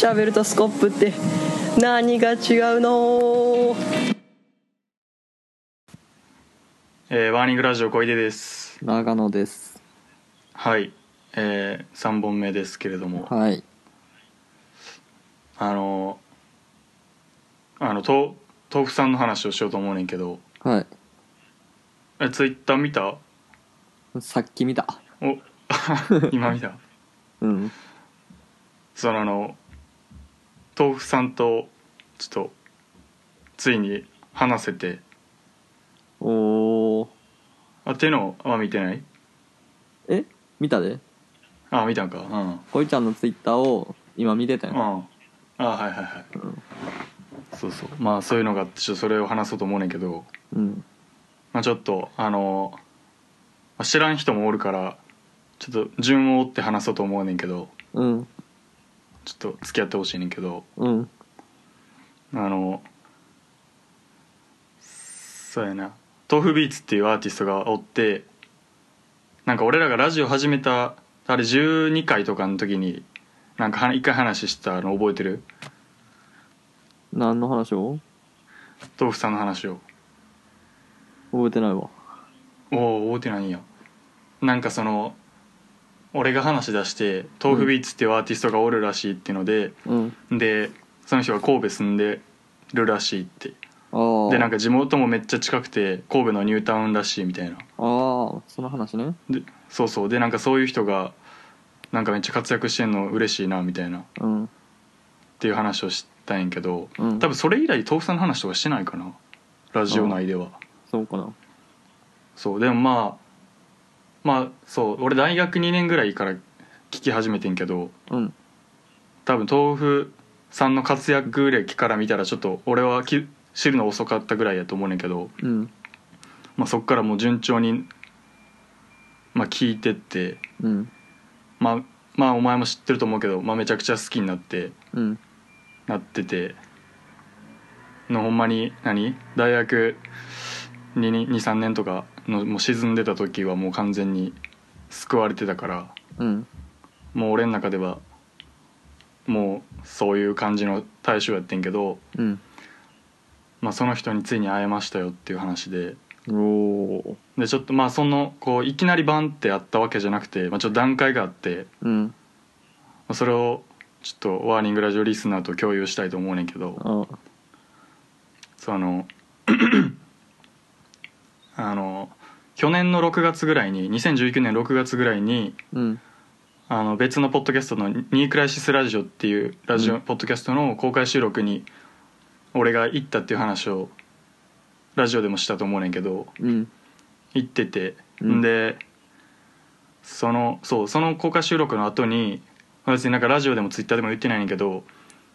シャベルとスコップって何が違うの？ ワーニングラジオ小出です。 長野です。 はい、3本目ですけれども、 はい。 豆腐さんの話をしようと思うねんけど、 はツイッター見た？ い。さっき見た。 お今見た。 うん。 豆腐さんとちょっとついに話せて、 おー。 っていうのは見てない？ 見たで。 見たんか。うんこいちゃんのツイッターを今見てたよ。 はいはいはい、そうそう、まあそういうのがあって、ちょっとそれを話そうと思うねんけど、 うん。 ちょっと知らん人もおるからちょっと順を追って話そうと思うねんけど、 うん。 ちょっと付き合ってほしいねんけど、 うん。 そうやな、豆腐ビーツっていうアーティストがおって、なんか俺らがラジオ始めたあれ12回とかの時になんか一回話したの覚えてる？ 何の話を？ 豆腐さんの話を。 覚えてないわ。 覚えてないんや。なんか俺が話し出して豆腐ビーツっていうアーティストがおるらしいっていうので、 うん。 でその人が神戸住んでるらしいって。 ああ。 でなんか地元もめっちゃ近くて神戸のニュータウンらしいみたいな。 ああ、その話ね。 でそうそう、でなんかそういう人がなんかめっちゃ活躍してんの嬉しいなみたいなっうん。 ていう話をしたんやけど、 うん。 多分それ以来豆腐さんの話とかしてないかな、ラジオ内では。 そうかな。 そうでもまあそう俺大学2年ぐらいから聞き始めてんけど、 うん。 多分豆腐さんの活躍歴から見たらちょっと俺は知るの遅かったぐらいやと思うねんけど、 うん。 そっからもう順調に聞いてって、 うん。 まあお前も知ってると思うけど、めちゃくちゃ好きになってうん。 てほんまに大学23年とかのもう沈んでた時はもう完全に救われてたから、 うん。 もう俺の中ではもうそういう感じの対象やってんけど、 うん。 その人についに会えましたよっていう話で、 おー。 でちょっとこういきなりバンってやったわけじゃなくて、ちょっと段階があって、 うん。 それをちょっとワーニングラジオリスナーと共有したいと思うねんけど、 あ去年の6月ぐらいに2019年6月ぐらいにうん。 別のポッドキャストのニークライシスラジオっていうラジオ、ポッドキャストの公開収録に俺が行ったっていう話をラジオでもしたと思うねんけど、 うん。 行ってて、 うんでその公開収録の後に、別になんかラジオでもツイッターでも言ってないねんけど、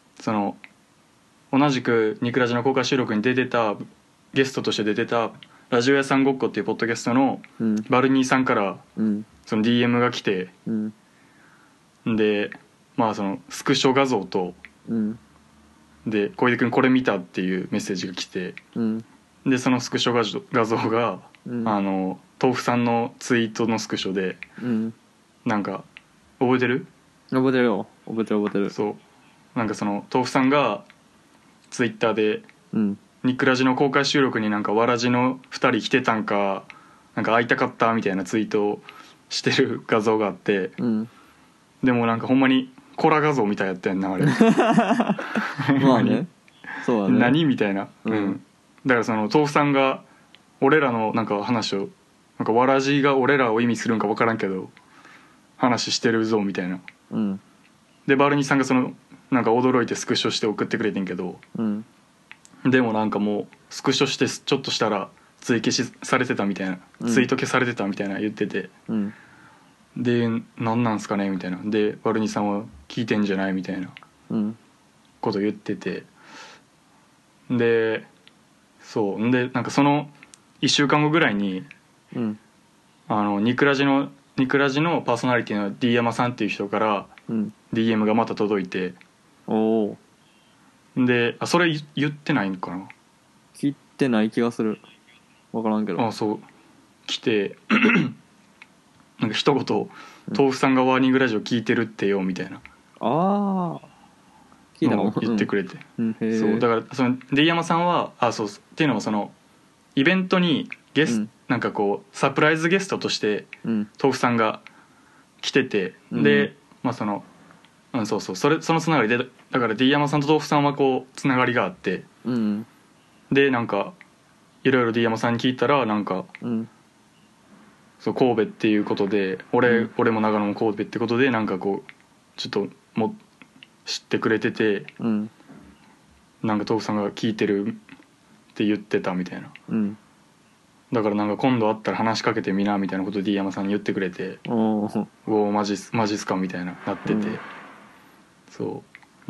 同じくニクラジの公開収録に出てたゲストとして出てたラジオ屋さんごっこっていうポッドキャストのうん。 バルニーさんからうん。 その DM が来て、 うん。 でスクショ画像とうん。 で小出君これ見たっていうメッセージが来て、 うん。 でそのスクショ画像が、 うん。 豆腐さんのツイートのスクショで、 うん。 なんか覚えてる？ 覚えてるよ。覚えてる。 そうなんか豆腐さんがツイッターでうん。 ニクラジの公開収録になんかわらじの2人来てたんか、なんか会いたかったみたいなツイートをしてる画像があって、 うん。 でもなんかほんまにコラ画像みたいやったやんなあれまあね。そうだね。 何みたいな、だから豆腐さんが俺らのなんか話をなんかわらじが俺らを意味するんか分からんけど話してるぞみたいな。 うん。 でバルニーさんがなんか驚いてスクショして送ってくれてんけど、 うん。 でもなんかもうスクショしてちょっとしたら追消しされてたみたいな、ツイート消されてたみたいな言ってて、 うん。 で何なんすかねみたいな、でバルニーさんは聞いてんじゃないみたいなうん。 こと言ってて、でそうでなんかその1週間後ぐらいにうん。 ニクラジのパーソナリティの D 山さんっていう人からうん。 DM がまた届いて、 おー。 でそれ言ってないんかな、 聞いてない気がする。わからんけど。 そう来てなんか一言「豆腐さんがワーニングラジオ聞いてるってよ」みたいな。 ああ。 聞いたかものを言ってくれて、 うんへえそうだからその D 山さんはそうっていうのもそのイベントにうんなんかこうサプライズゲストとしてうん豆腐さんが来てて、 うんでまあそのそうそうそのつながりでだから D 山さんと豆腐さんはこうつながりがあって、 うんでなんかいろいろ D 山さんに聞いたらなんかうんそう神戸っていうことで俺も長野も神戸ってことでなんかこうちょっとも知ってくれてて、 うんなんか豆腐さんが聞いてるって言ってたみたいな、 うんだからなんか今度会ったら話しかけてみなみたいなことを D 山さんに言ってくれて、 おーうおマジっすかみたいななってて、そう、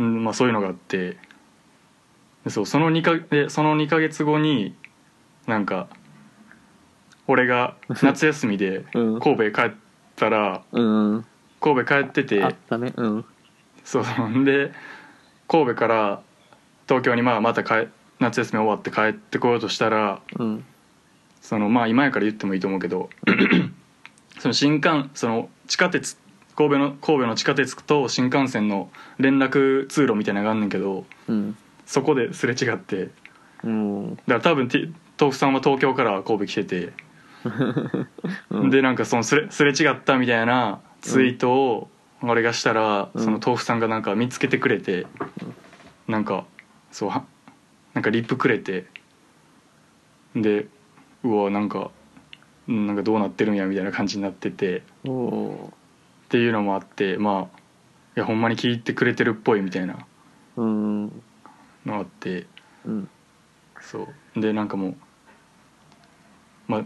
まあそういうのがあって、そうその2ヶ月後になんか俺が夏休みでうん神戸帰ったら、 うん神戸帰っててあったねうんそうで神戸から東京にまた夏休み終わって帰ってこようとしたら、 うんそのまあ今やから言ってもいいと思うけどその地下鉄神戸の地下鉄と新幹線の連絡通路みたいなのがあんねんけど、 うんそこですれ違って、 うんだから多分豆腐さんは東京から神戸来てて、でなんかそのすれ違ったみたいなツイートを俺がしたら、その豆腐さんがなんか見つけてくれて、なんかそうなんかリップくれて、でうわなんかどうなってるんやみたいな感じになってておおっていうのもあって、まあいやほんまに聞いてくれてるっぽいみたいなうんのあって、 うんそうでなんかもうまあ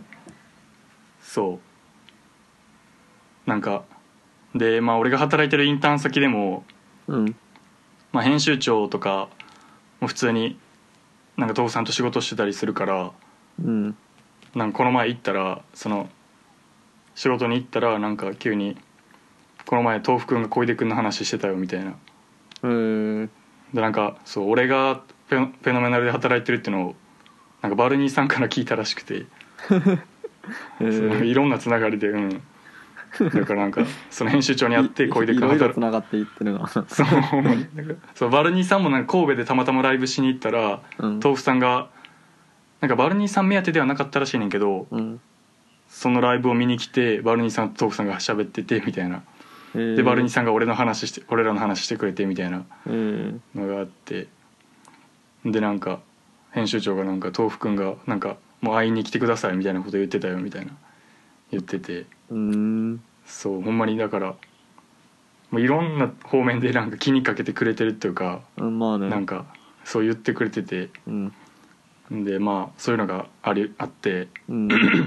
そうなんかでまあ俺が働いてるインターン先でも、 うんまあ、編集長とかも普通になんか豆腐さんと仕事してたりするから、 うんなんかこの前行ったらその仕事に行ったらなんか急に「この前豆腐くんが小出くんの話してたよ」みたいな。でなんかそう俺がフェノメナルで働いてるっていうのをなんかバルニーさんから聞いたらしくてそういろんなつながりでだからなんかその編集長に会って小出くんいろいろ働つながっていってるなそうほんまになんかそうバルニーさんもなんか神戸でたまたまライブしに行ったら、 うん豆腐さんがなんかバルニーさん目当てではなかったらしいねんけど、 うんそのライブを見に来てバルニーさんと豆腐さんが喋っててみたいな、でバルニーさんが俺らの話してくれてみたいなのがあって、でなんか編集長がなんか豆腐くんがなんかもう会いに来てくださいみたいなこと言ってたよみたいな言ってて、そうほんまにだからもういろんな方面でなんか気にかけてくれてるっていうか、 まあねなんかそう言ってくれてて、 うんでまあそういうのがあって、 うん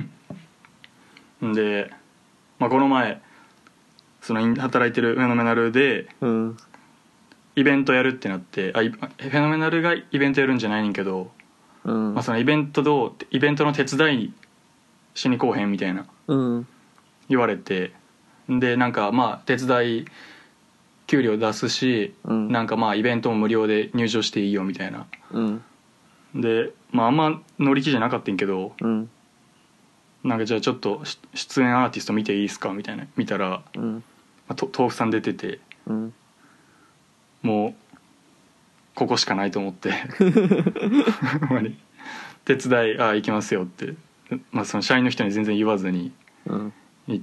で、まあ、この前その働いてるフェノメナルでうんイベントやるってなってフェノメナルがイベントやるんじゃないねんけど、 うんまあ、そのイベントの手伝いしに来おへんみたいなうん言われて、でなんかまあ手伝い給料出すし、 うんなんかまあイベントも無料で入場していいよみたいなうんで、まああんま乗り気じゃなかったんけど、 うんなんかじゃあちょっと出演アーティスト見ていいですかみたいな見たら、 うん豆腐さん出てて、 うんもうここしかないと思ってほんまに手伝い行きますよって、まあ、その社員の人に全然言わずにうん行って、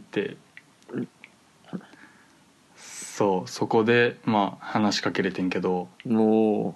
そこでまあ話しかけれてんけど、 も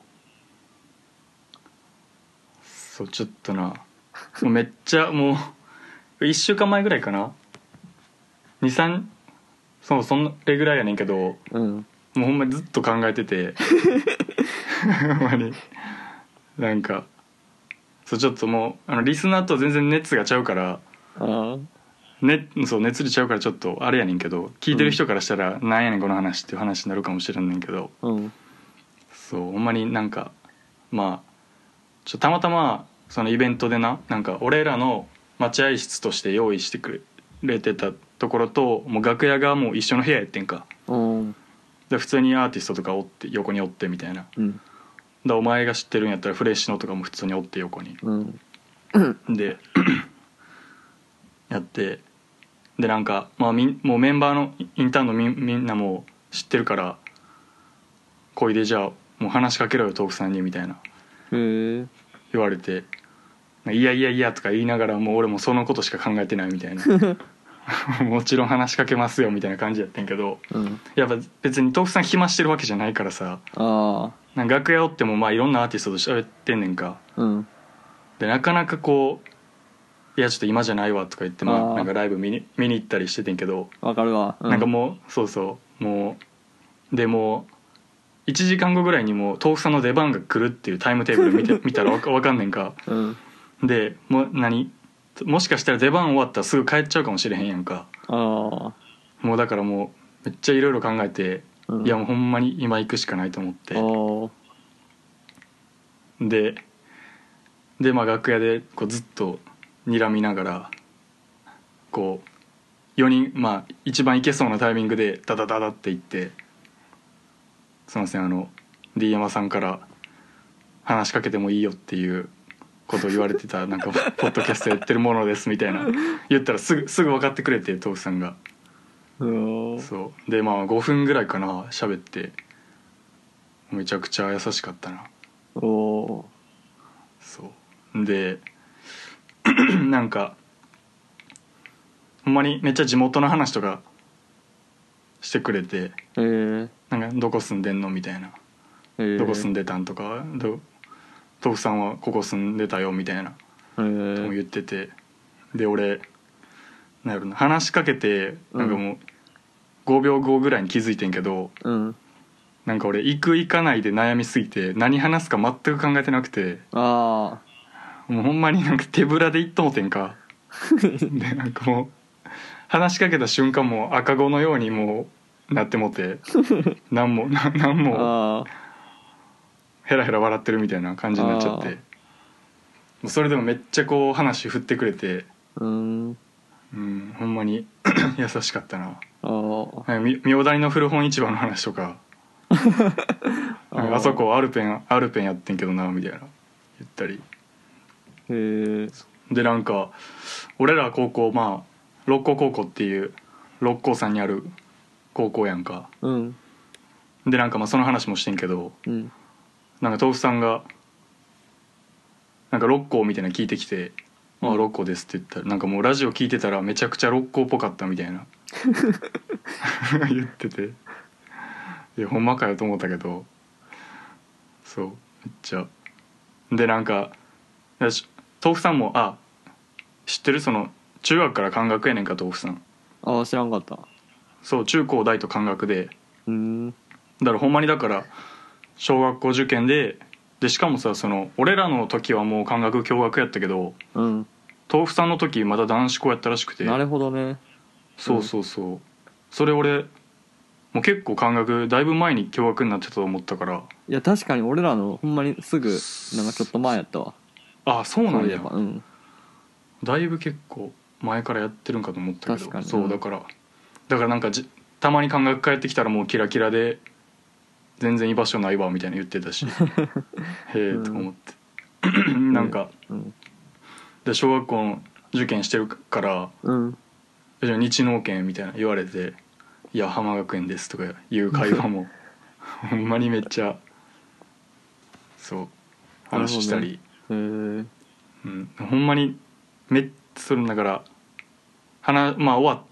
そうちょっとなもうめっちゃもう1週間前ぐらいかな23そんれぐらいやねんけど、 ううんもうほんまにずっと考えててほんまになんかそうちょっともうリスナーと全然熱がちゃうからあそう熱量ちゃうからちょっとあれやねんけど、聞いてる人からしたらなんやねんこの話っていう話になるかもしれんねんけど、 うんそうほんまになんかまあたまたまそのイベントでなんか俺らの待合室として用意してくれてたところともう楽屋がもう一緒の部屋やってんか。 うんで普通にアーティストとか横におってみたいな、 うんお前が知ってるんやったらフレッシュのとかも普通におって横にうんでやってでなんか、まあ、もうメンバーのインターンのみんなも知ってるから小出じゃあもう話しかけろよ豆腐さんにみたいなへえ。 言われて、いやいやいやとか言いながらもう俺もそのことしか考えてないみたいなもちろん話しかけますよみたいな感じやってんけど、 うん。 やっぱ別に豆腐さん暇してるわけじゃないからさ、 あなんか楽屋おってもまあいろんなアーティストと喋ってんねんか。 あ。うん。 でなかなかこういやちょっと今じゃないわとか言ってまあーあなんかライブ見に行ったりしててんけど、 わかるわ。 なんかもうそうそうもうでもう1時間後ぐらいにもう豆腐さんの出番が来るっていうタイムテーブル見たらわかんねんか。 うん。 でもしかしたら出番終わったらすぐ帰っちゃうかもしれへんやんか。 ああ。 もうだからもうめっちゃいろいろ考えて、 うん、 いやもうほんまに今行くしかないと思ってでまあ楽屋でこうずっと睨みながらこう4人まあ一番行けそうなタイミングでダダダダって行って、すいませんD 山さんから話しかけてもいいよっていうことを言われてたなんかポッドキャストやってるものですみたいな言ったらすぐ分かってくれて豆腐さんが。そうでまあ5分ぐらいかな喋って、めちゃくちゃ優しかったな。 おそうでなんかほんまにめっちゃ地元の話とかしてくれて、なんかどこ住んでんのみたいな、どこ住んでたんとか豆腐さんはここ住んでたよみたいなとも言ってて、で俺なんやろな話しかけてなんかもう5秒後ぐらいに気づいてんけど、 うん、 なんか俺行く行かないで悩みすぎて何話すか全く考えてなくて、 あもうほんまになんか手ぶらで行っともてんかでなんかもう話しかけた瞬間もう赤子のようにもうなってもてなんもヘラヘラ笑ってるみたいな感じになっちゃって、もうそれでもめっちゃこう話振ってくれて、うん、ほんまに優しかったな。明大の古本市場の話とかあそこアルペンやってんけどなみたいな言ったりで、なんか俺ら高校まあ六甲高校っていう六甲山にある高校やんか、うん、でなんかまあその話もしてんけど、うん、なんか豆腐さんがなんか六甲みたいなの聞いてきて「ああ六甲です」って言ったら、なんかもうラジオ聞いてたらめちゃくちゃ六甲っぽかったみたいな言ってて、いやほんまかよと思ったけど、そうめっちゃでなんか豆腐さんも知ってるその中学から漢学やねんか豆腐さん。 知らんかった。 そう中高大と漢学で、だからほんまにだから小学校受験でしかもさ、その俺らの時はもう漢学共学やったけど、豆腐さんの時まだ男子校やったらしくて。 なるほどね。 そうそうそう、それ俺もう結構漢学だいぶ前に共学になってたと思ったから。 いや確かに俺らのほんまにすぐなんかちょっと前やったわ。 そうなんや。だいぶ結構前からやってるんかと思ったけど。 確かに、 そうだからなんかたまに漢学帰ってきたらもうキラキラで全然居場所ないわみたいな言ってたしへえとか思ってなんか、で小学校の受験してるから、じゃあ日農研みたいな言われて、いや浜学園ですとかいう会話もほんまにめっちゃそう話したり、ほんまにそれだからまあ終わって、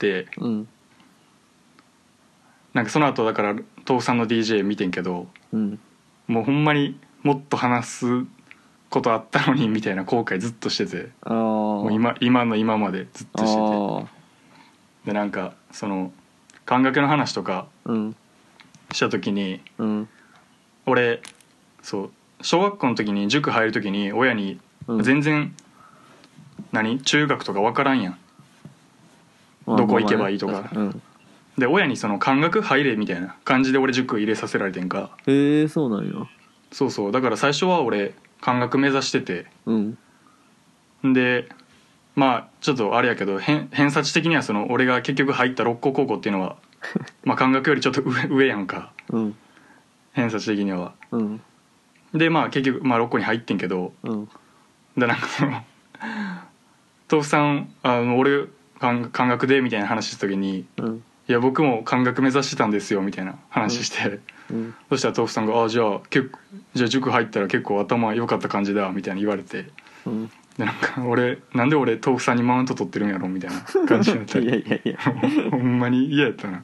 なんかその後だから豆腐さんの DJ 見てんけど、もうほんまにもっと話すことあったのにみたいな後悔ずっとしてて、もう今の今までずっとしてて、でなんかその漢学の話とかした時に、俺そう小学校の時に塾入る時に親に全然、中学とか分からんやん、どこ行けばいいとか、で親にその漢学入れみたいな感じで俺塾入れさせられてんか。 そうなんや。 そうそう、だから最初は俺漢学目指してて、でまあちょっとあれやけど偏差値的にはその俺が結局入った六甲高校っていうのはまあ漢学よりちょっと上やんか、偏差値的には、でまあ結局まあ六甲に入ってんけど、でなんかその豆腐さん俺漢学でみたいな話した時に、 いや僕も漢学目指してたんですよみたいな話して、そしたら豆腐さんがじゃあ塾入ったら結構頭良かった感じだみたいに言われて、でなんかなんで俺豆腐さんにマウント取ってるんやろみたいな感じになったりいやほんまに嫌やったな。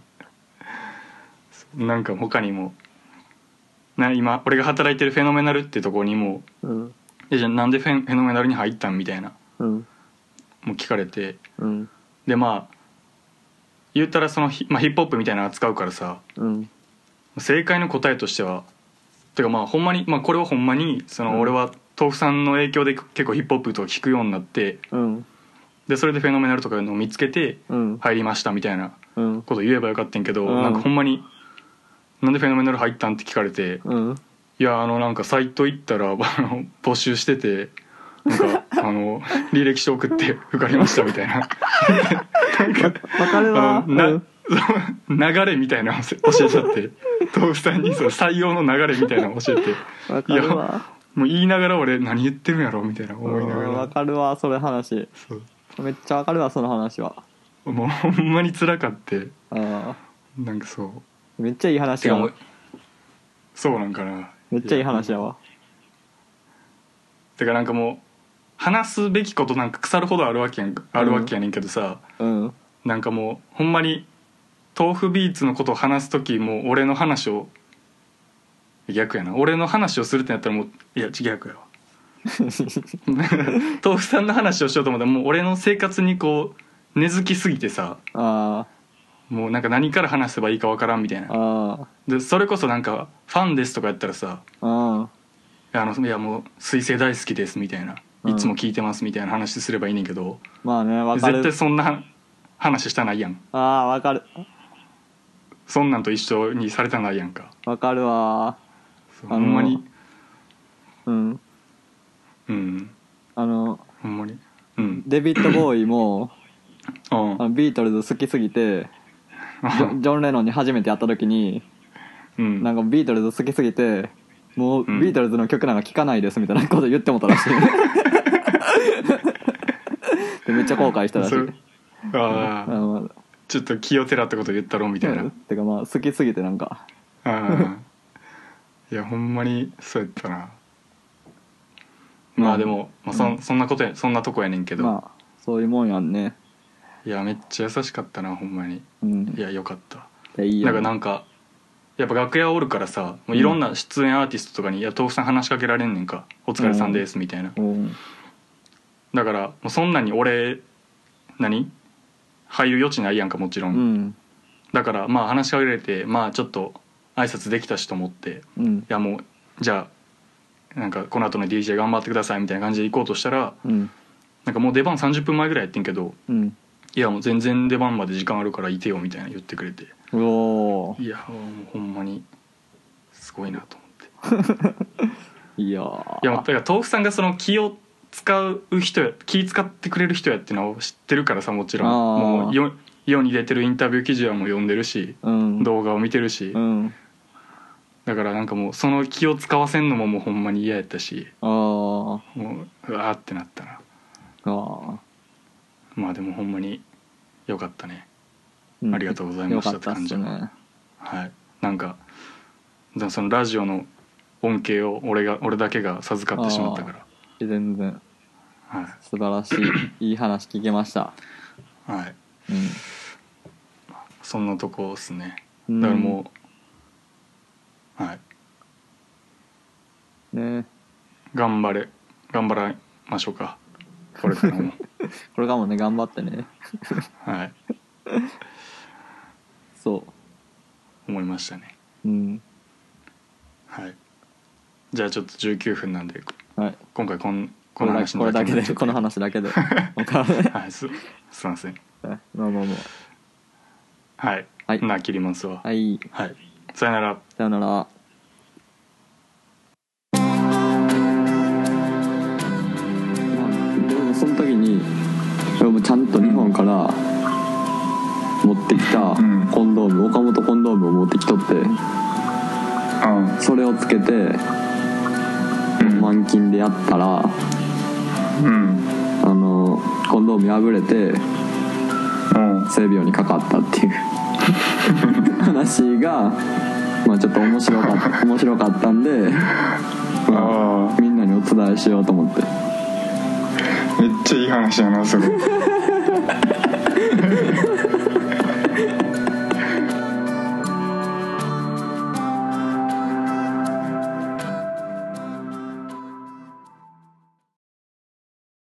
なんか他にも今俺が働いてるフェノメナルってとこにも、じゃあなんでフェノメナルに入ったんみたいな、もう聞かれて、でまあ言ったらそのヒップホップみたいなの扱うからさ、正解の答えとしてはてかまあほんまに、これはほんまにその俺は豆腐さんの影響で結構ヒップホップとか聞くようになって、でそれでフェノメナルとかいうのを見つけて入りましたみたいなこと言えばよかったんけど、なんかほんまになんでフェノメナル入ったんって聞かれて、いやなんかサイト行ったら募集しててなんか履歴書送って受かりましたみたいなわかるわ流れみたいなの教えちゃって豆腐さんにその採用の流れみたいなの教えてわかるわもう言いながら俺何言ってるんやろみたいな思いながらわかるわそれ話めっちゃわかるわその話はもうほんまに辛かってなんかそうめっちゃいい話やわそうなんかなめっちゃいい話やわてかなんかもう話すべきことなんか腐るほどあるわけやねんけどさ、なんかもうほんまに豆腐ビーツのことを話す時も俺の話を逆やな俺の話をするってなったらもういや逆やわ豆腐さんの話をしようと思ったらもう俺の生活にこう根付きすぎてさもうなんか何から話せばいいかわからんみたいなでそれこそなんかファンですとかやったらさいやもう水星大好きですみたいないつも聞いてますみたいな話すればいいねんけど、 まあねわかる絶対そんな話したないやんわかるそんなんと一緒にされたないやんかわかるわほんまにほんまにデビッド・ボーイもビートルズ好きすぎてジョン・レノンに初めて会った時になんかビートルズ好きすぎてもうビートルズの曲なんか聴かないですみたいなこと言ってもたらしいでめっちゃ後悔したらしいちょっと気をてらったこと言ったろみたいな、 てかまあ好きすぎてなんかいやほんまにそうやったなまあでも、そんなことやそんなとこやねんけどまあそういうもんやんねいやめっちゃ優しかったなほんまに、いやよかったなんかやっぱ楽屋おるからさもういろんな出演アーティストとかに「いや豆腐さん話しかけられんねんかお疲れさんです」みたいな、だからもうそんなに俺入る余地ないやんかもちろん、だからまあ話しかけられてまあちょっと挨拶できたしと思って、いやもうじゃあなんかこの後の DJ 頑張ってくださいみたいな感じで行こうとしたら、なんかもう出番30分前ぐらいやってんけど、いやもう全然出番まで時間あるからいてよみたいな言ってくれて、いやもうほんまにすごいなと思っていやだから豆腐さんがその気を使う人気使ってくれる人やってのを知ってるからさもちろんもう世に出てるインタビュー記事はもう読んでるし、動画を見てるし、だからなんかもうその気を使わせんのももうほんまに嫌やったしもううわーってなったなまあでもほんまによかったね、ありがとうございましたって感じは、なんかそのラジオの恩恵を俺だけが授かってしまったから全然、素晴らしいいい話聞けましたそんなとこですね、だからもう頑張らましょうかこれからもこれからもね頑張ってねそう思いましたねじゃあちょっと19分なんで、今回この話だけでこの話だけですいませんな切りますわさよならさよなら。その時に俺もちゃんと日本から持ってきたコンドーム、岡本コンドームを持ってきとって、それをつけて満勤でやったら、コンドーム破れて性病にかかったっていう話が、まあ、ちょっと面白かったんで、まあ、みんなにお伝えしようと思って。 めっちゃいい話やなそれ。